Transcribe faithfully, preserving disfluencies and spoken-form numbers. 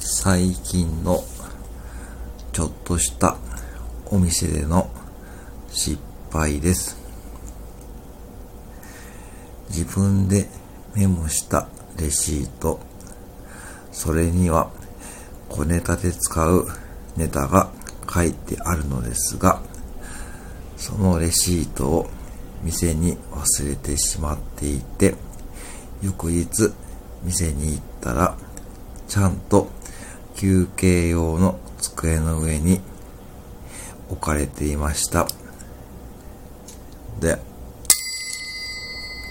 最近のちょっとしたお店での失敗です。自分でメモしたレシート、それには小ネタで使うネタが書いてあるのですが、そのレシートを店に忘れてしまっていて、翌日店に行ったらちゃんと休憩用の机の上に置かれていました。で